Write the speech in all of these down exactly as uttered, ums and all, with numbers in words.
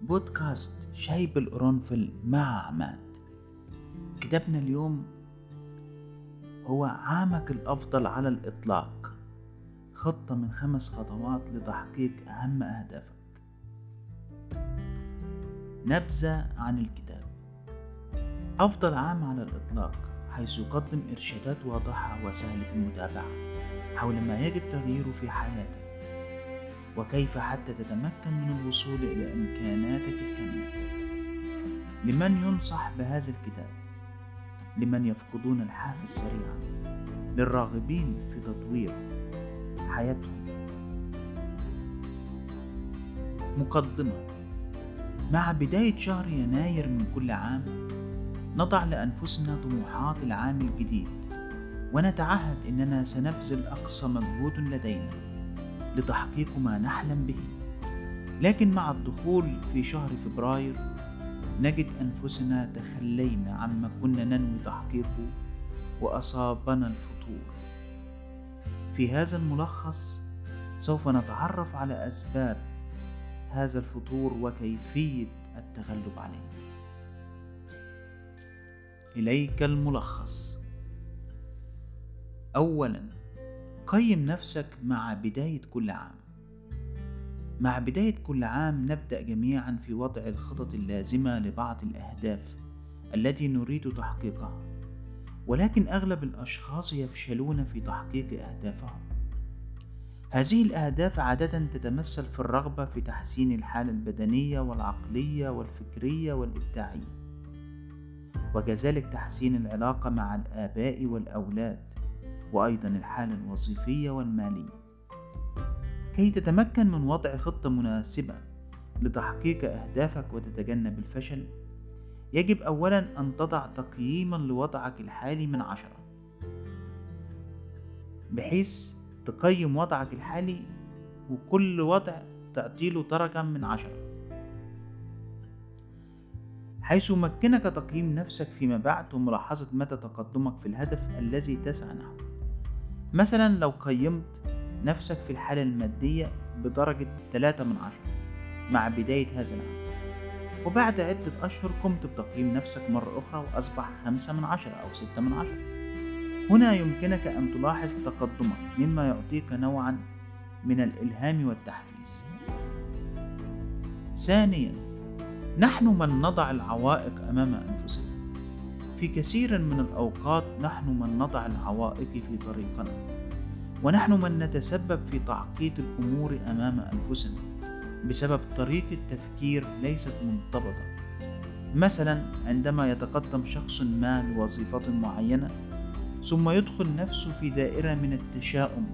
بودكاست شاي بالقرنفل مع عماد. كتابنا اليوم هو عامك الأفضل على الإطلاق، خطة من خمس خطوات لتحقيق أهم أهدافك. نبذة عن الكتاب. أفضل عام على الإطلاق، حيث يقدم إرشادات واضحة وسهلة المتابعة حول ما يجب تغييره في حياتك، وكيف حتى تتمكن من الوصول إلى إمكاناتك الكاملة. لمن ينصح بهذا الكتاب؟ لمن يفقدون الحافز سريعا، للراغبين في تطوير حياتهم. مقدمة. مع بداية شهر يناير من كل عام نضع لأنفسنا طموحات العام الجديد، ونتعهد أننا سنبذل أقصى مجهود لدينا لتحقيق ما نحلم به. لكن مع الدخول في شهر فبراير نجد أنفسنا تخلينا عما كنا ننوي تحقيقه وأصابنا الفتور. في هذا الملخص سوف نتعرف على أسباب هذا الفتور وكيفية التغلب عليه. إليك الملخص. أولاً، قيم نفسك مع بداية كل عام. مع بداية كل عام نبدأ جميعا في وضع الخطط اللازمة لبعض الأهداف التي نريد تحقيقها، ولكن أغلب الأشخاص يفشلون في تحقيق أهدافهم. هذه الأهداف عادة تتمثل في الرغبة في تحسين الحالة البدنية والعقلية والفكرية والإبداعية، وكذلك تحسين العلاقة مع الآباء والأولاد، وأيضا الحالة الوظيفية والمالية. كي تتمكن من وضع خطة مناسبة لتحقيق أهدافك وتتجنب الفشل، يجب أولا أن تضع تقييما لوضعك الحالي من عشرة، بحيث تقيم وضعك الحالي وكل وضع تعطيله درجة من عشرة، حيث يمكنك تقييم نفسك فيما بعد وملاحظة مدى تقدمك في الهدف الذي تسعى نحوه. مثلا لو قيمت نفسك في الحالة المادية بدرجة ثلاثة من عشرة مع بداية هذا العام، وبعد عدة أشهر قمت بتقييم نفسك مرة أخرى وأصبح خمسة من عشرة أو ستة من عشرة، هنا يمكنك أن تلاحظ تقدمك، مما يعطيك نوعا من الإلهام والتحفيز. ثانيا، نحن من نضع العوائق أمام أنفسنا. في كثير من الأوقات نحن من نضع العوائق في طريقنا، ونحن من نتسبب في تعقيد الأمور أمام أنفسنا بسبب طريقة تفكير ليست منضبطة. مثلا عندما يتقدم شخص ما لوظيفة معينة ثم يدخل نفسه في دائرة من التشاؤم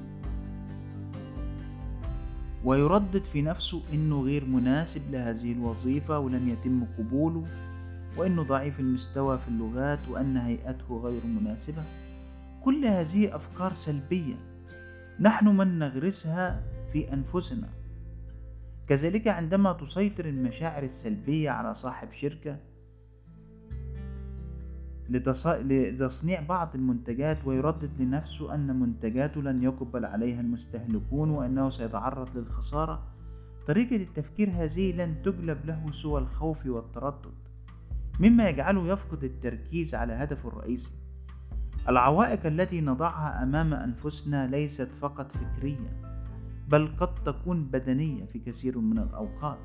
ويردد في نفسه إنه غير مناسب لهذه الوظيفة ولن يتم قبوله، وإنه ضعيف المستوى في اللغات، وأن هيئته غير مناسبة. كل هذه أفكار سلبية نحن من نغرسها في أنفسنا. كذلك عندما تسيطر المشاعر السلبية على صاحب شركة لتصنيع بعض المنتجات ويردد لنفسه أن منتجاته لن يقبل عليها المستهلكون وأنه سيتعرض للخسارة، طريقة التفكير هذه لن تجلب له سوى الخوف والتردد، مما يجعله يفقد التركيز على هدفه الرئيسي. العوائق التي نضعها أمام أنفسنا ليست فقط فكرية، بل قد تكون بدنية في كثير من الأوقات.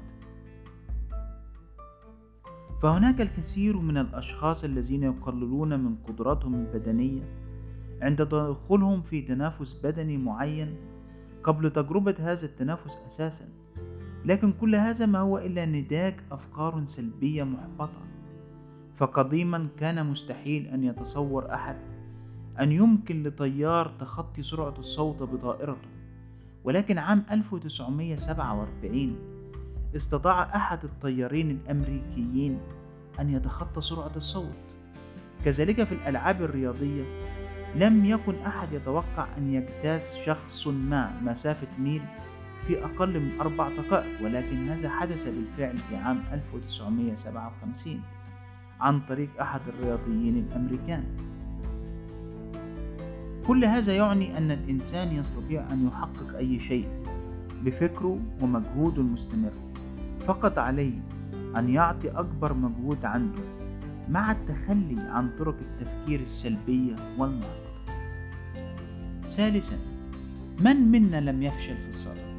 فهناك الكثير من الأشخاص الذين يقللون من قدراتهم البدنية عند دخولهم في تنافس بدني معين قبل تجربة هذا التنافس أساسا، لكن كل هذا ما هو إلا نتاج أفكار سلبية محبطة. فقديما كان مستحيل أن يتصور أحد أن يمكن لطيار تخطي سرعة الصوت بطائرته، ولكن عام ألف وتسعمائة وسبعة وأربعين استطاع أحد الطيارين الأمريكيين أن يتخطى سرعة الصوت. كذلك في الألعاب الرياضية لم يكن أحد يتوقع أن يجتاز شخص ما مسافة ميل في أقل من أربع دقائق، ولكن هذا حدث بالفعل في عام ألف وتسعمائة وسبعة وخمسين عن طريق أحد الرياضيين الأمريكان. كل هذا يعني أن الإنسان يستطيع أن يحقق أي شيء بفكره ومجهوده المستمر، فقط عليه أن يعطي أكبر مجهود عنده مع التخلي عن طرق التفكير السلبية والمعقدة. ثالثا، من منا لم يفشل في السابق؟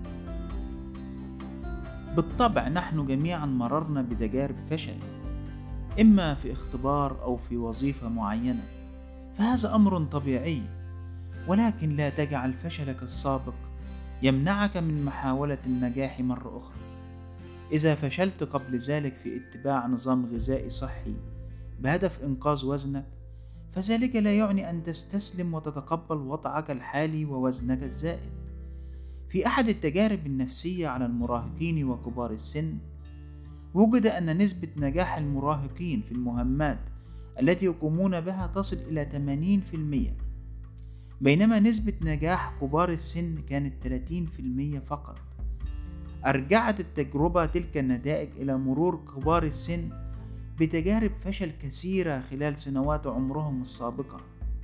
بالطبع نحن جميعا مررنا بتجارب فشل، إما في اختبار أو في وظيفة معينة، فهذا أمر طبيعي، ولكن لا تجعل فشلك السابق يمنعك من محاولة النجاح مرة أخرى. إذا فشلت قبل ذلك في اتباع نظام غذائي صحي بهدف إنقاذ وزنك، فذلك لا يعني أن تستسلم وتتقبل وضعك الحالي ووزنك الزائد. في أحد التجارب النفسية على المراهقين وكبار السن، وجد أن نسبة نجاح المراهقين في المهمات التي يقومون بها تصل إلى ثمانين بالمئة، بينما نسبة نجاح كبار السن كانت ثلاثين بالمئة فقط. أرجعت التجربة تلك النتائج إلى مرور كبار السن بتجارب فشل كثيرة خلال سنوات عمرهم السابقة،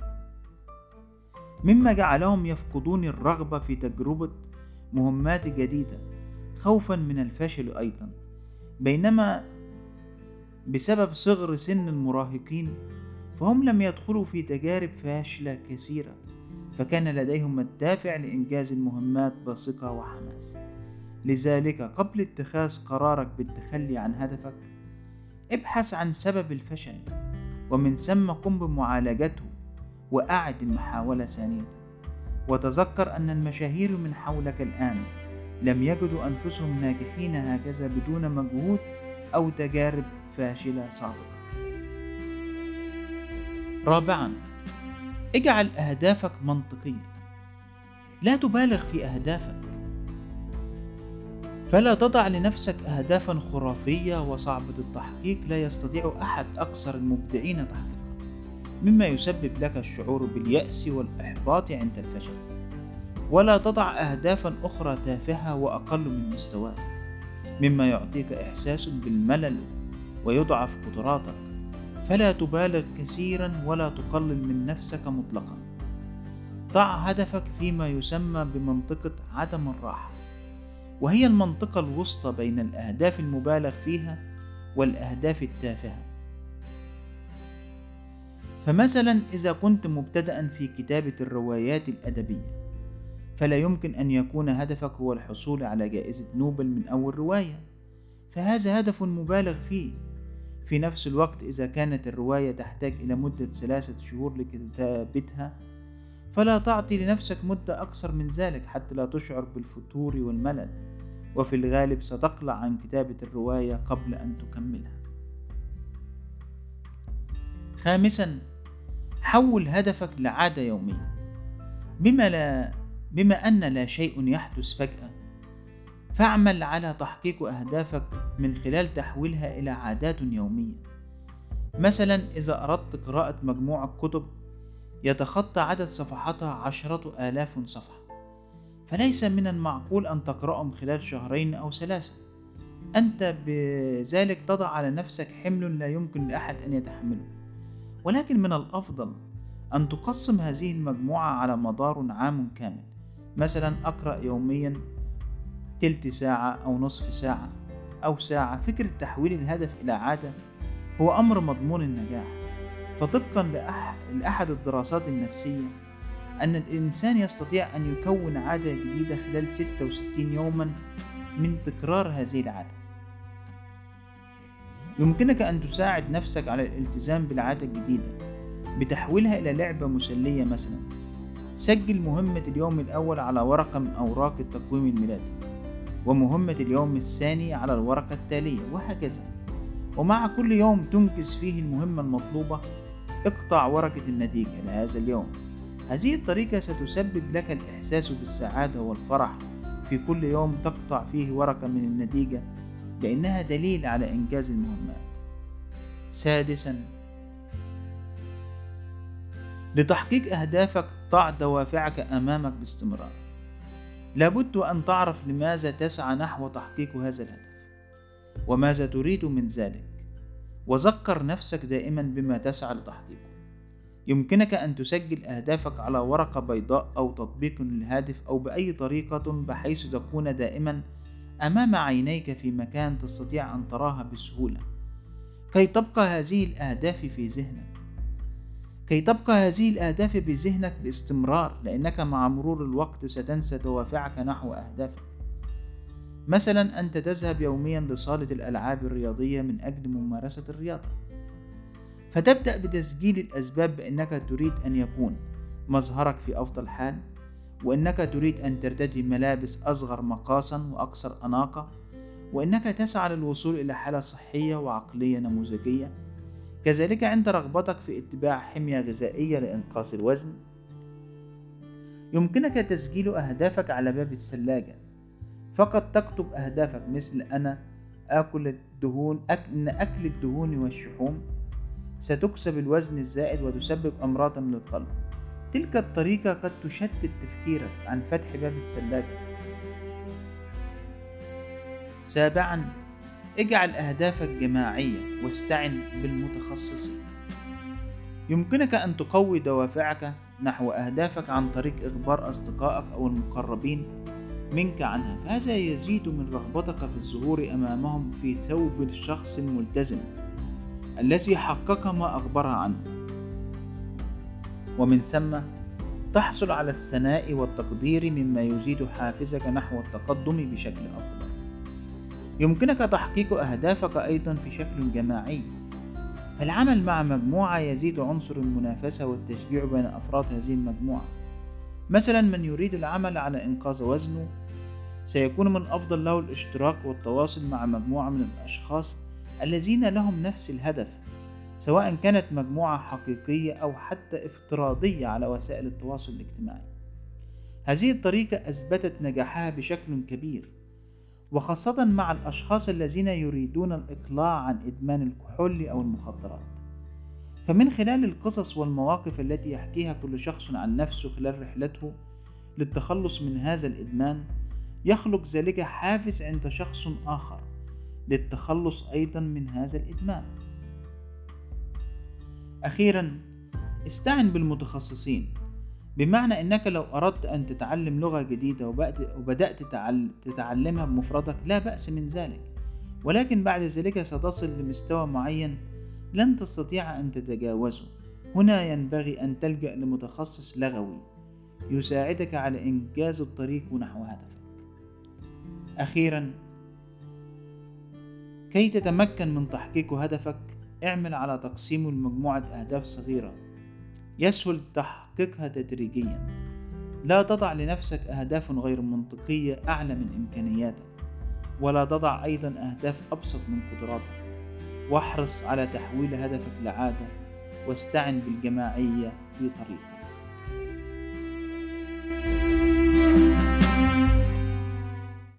مما جعلهم يفقدون الرغبة في تجربة مهمات جديدة خوفا من الفشل أيضا. بينما بسبب صغر سن المراهقين فهم لم يدخلوا في تجارب فاشلة كثيرة، فكان لديهم الدافع لإنجاز المهمات بثقة وحماس. لذلك قبل اتخاذ قرارك بالتخلي عن هدفك، ابحث عن سبب الفشل، ومن ثم قم بمعالجته وأعد المحاولة ثانية. وتذكر أن المشاهير من حولك الآن لم يجدوا أنفسهم ناجحين هكذا بدون مجهود أو تجارب فاشلة سابقة. رابعا، اجعل أهدافك منطقية، لا تبالغ في أهدافك، فلا تضع لنفسك أهدافا خرافية وصعبة التحقيق لا يستطيع أحد أكثر المبدعين تحقيقها، مما يسبب لك الشعور باليأس والإحباط عند الفشل. ولا تضع أهدافا أخرى تافهة وأقل من مستواك، مما يعطيك إحساس بالملل ويضعف قدراتك. فلا تبالغ كثيرا ولا تقلل من نفسك مطلقا. ضع هدفك فيما يسمى بمنطقة عدم الراحة، وهي المنطقة الوسطى بين الأهداف المبالغ فيها والأهداف التافهة. فمثلا إذا كنت مبتدئا في كتابة الروايات الأدبية، فلا يمكن أن يكون هدفك هو الحصول على جائزة نوبل من أول رواية، فهذا هدف مبالغ فيه. في نفس الوقت إذا كانت الرواية تحتاج إلى مدة ثلاثة شهور لكتابتها، فلا تعطي لنفسك مدة أكثر من ذلك حتى لا تشعر بالفتور والملل، وفي الغالب ستقلع عن كتابة الرواية قبل أن تكملها. خامسا، حول هدفك لعادة يومية. بما, لا بما أن لا شيء يحدث فجأة، فاعمل على تحقيق أهدافك من خلال تحويلها إلى عادات يومية. مثلا إذا أردت قراءة مجموعة كتب يتخطى عدد صفحاتها عشرة آلاف صفحة، فليس من المعقول أن تقرأهم خلال شهرين أو ثلاثة. أنت بذلك تضع على نفسك حمل لا يمكن لأحد أن يتحمله، ولكن من الأفضل أن تقسم هذه المجموعة على مدار عام كامل. مثلا أقرأ يوميا تلت ساعة أو نصف ساعة أو ساعة. فكرة تحويل الهدف إلى عادة هو أمر مضمون النجاح، فطبقا لأحد الدراسات النفسية أن الإنسان يستطيع أن يكون عادة جديدة خلال ستة وستين يوما من تكرار هذه العادة. يمكنك أن تساعد نفسك على الالتزام بالعادة الجديدة بتحويلها إلى لعبة مسلية. مثلا سجل مهمة اليوم الأول على ورقة من أوراق التقويم الميلادي، ومهمة اليوم الثاني على الورقة التالية، وهكذا. ومع كل يوم تنجز فيه المهمة المطلوبة اقطع ورقة النتيجة لهذا اليوم. هذه الطريقة ستسبب لك الإحساس بالسعادة والفرح في كل يوم تقطع فيه ورقة من النتيجة، لأنها دليل على إنجاز المهمات. سادسا، لتحقيق أهدافك ضع دوافعك أمامك باستمرار. لابد أن تعرف لماذا تسعى نحو تحقيق هذا الهدف وماذا تريد من ذلك، وذكر نفسك دائما بما تسعى لتحقيقه. يمكنك أن تسجل أهدافك على ورقة بيضاء أو تطبيق للهاتف أو بأي طريقة بحيث تكون دائما أمام عينيك في مكان تستطيع أن تراها بسهولة، كي تبقى هذه الأهداف في ذهنك كي تبقى هذه الأهداف بذهنك باستمرار، لأنك مع مرور الوقت ستنسى دوافعك نحو أهدافك. مثلا أنت تذهب يوميا لصالة الألعاب الرياضية من أجل ممارسة الرياضة، فتبدأ بتسجيل الأسباب بأنك تريد أن يكون مظهرك في أفضل حال، وأنك تريد أن ترتدي ملابس أصغر مقاسا وأكثر أناقة، وأنك تسعى للوصول إلى حالة صحية وعقلية نموذجية. كذلك عند رغبتك في اتباع حمية غذائية لإنقاص الوزن، يمكنك تسجيل أهدافك على باب الثلاجة. فقط تكتب أهدافك مثل أنا آكل الدهون أك... إن أكل الدهون والشحوم ستكسب الوزن الزائد وتسبب أمراضا للقلب. تلك الطريقة قد تشتت تفكيرك عن فتح باب الثلاجة. سابعا، اجعل أهدافك جماعية واستعن بالمتخصصين. يمكنك أن تقوي دوافعك نحو أهدافك عن طريق إخبار أصدقائك أو المقربين منك عنها، فهذا يزيد من رغبتك في الظهور أمامهم في ثوب الشخص الملتزم الذي حقق ما أخبر عنه، ومن ثم تحصل على الثناء والتقدير مما يزيد حافزك نحو التقدم بشكل أفضل. يمكنك تحقيق أهدافك أيضا في شكل جماعي، فالعمل مع مجموعة يزيد عنصر المنافسة والتشجيع بين أفراد هذه المجموعة. مثلا من يريد العمل على إنقاذ وزنه سيكون من الأفضل له الاشتراك والتواصل مع مجموعة من الأشخاص الذين لهم نفس الهدف، سواء كانت مجموعة حقيقية أو حتى افتراضية على وسائل التواصل الاجتماعي. هذه الطريقة أثبتت نجاحها بشكل كبير، وخاصة مع الأشخاص الذين يريدون الإقلاع عن إدمان الكحول أو المخدرات. فمن خلال القصص والمواقف التي يحكيها كل شخص عن نفسه خلال رحلته للتخلص من هذا الإدمان، يخلق ذلك حافز عند شخص آخر للتخلص أيضا من هذا الإدمان. أخيرا، استعن بالمتخصصين، بمعنى أنك لو أردت أن تتعلم لغة جديدة وبدأت تتعلمها بمفردك لا بأس من ذلك، ولكن بعد ذلك ستصل لمستوى معين لن تستطيع أن تتجاوزه. هنا ينبغي أن تلجأ لمتخصص لغوي يساعدك على إنجاز الطريق نحو هدفك. أخيرا، كي تتمكن من تحقيق هدفك، اعمل على تقسيمه لمجموعة أهداف صغيرة يسهل تحقيقها تدريجيا. لا تضع لنفسك أهداف غير منطقية أعلى من إمكانياتك، ولا تضع أيضا أهداف أبسط من قدراتك. واحرص على تحويل هدفك لعادة، واستعن بالجماعية في طريقك.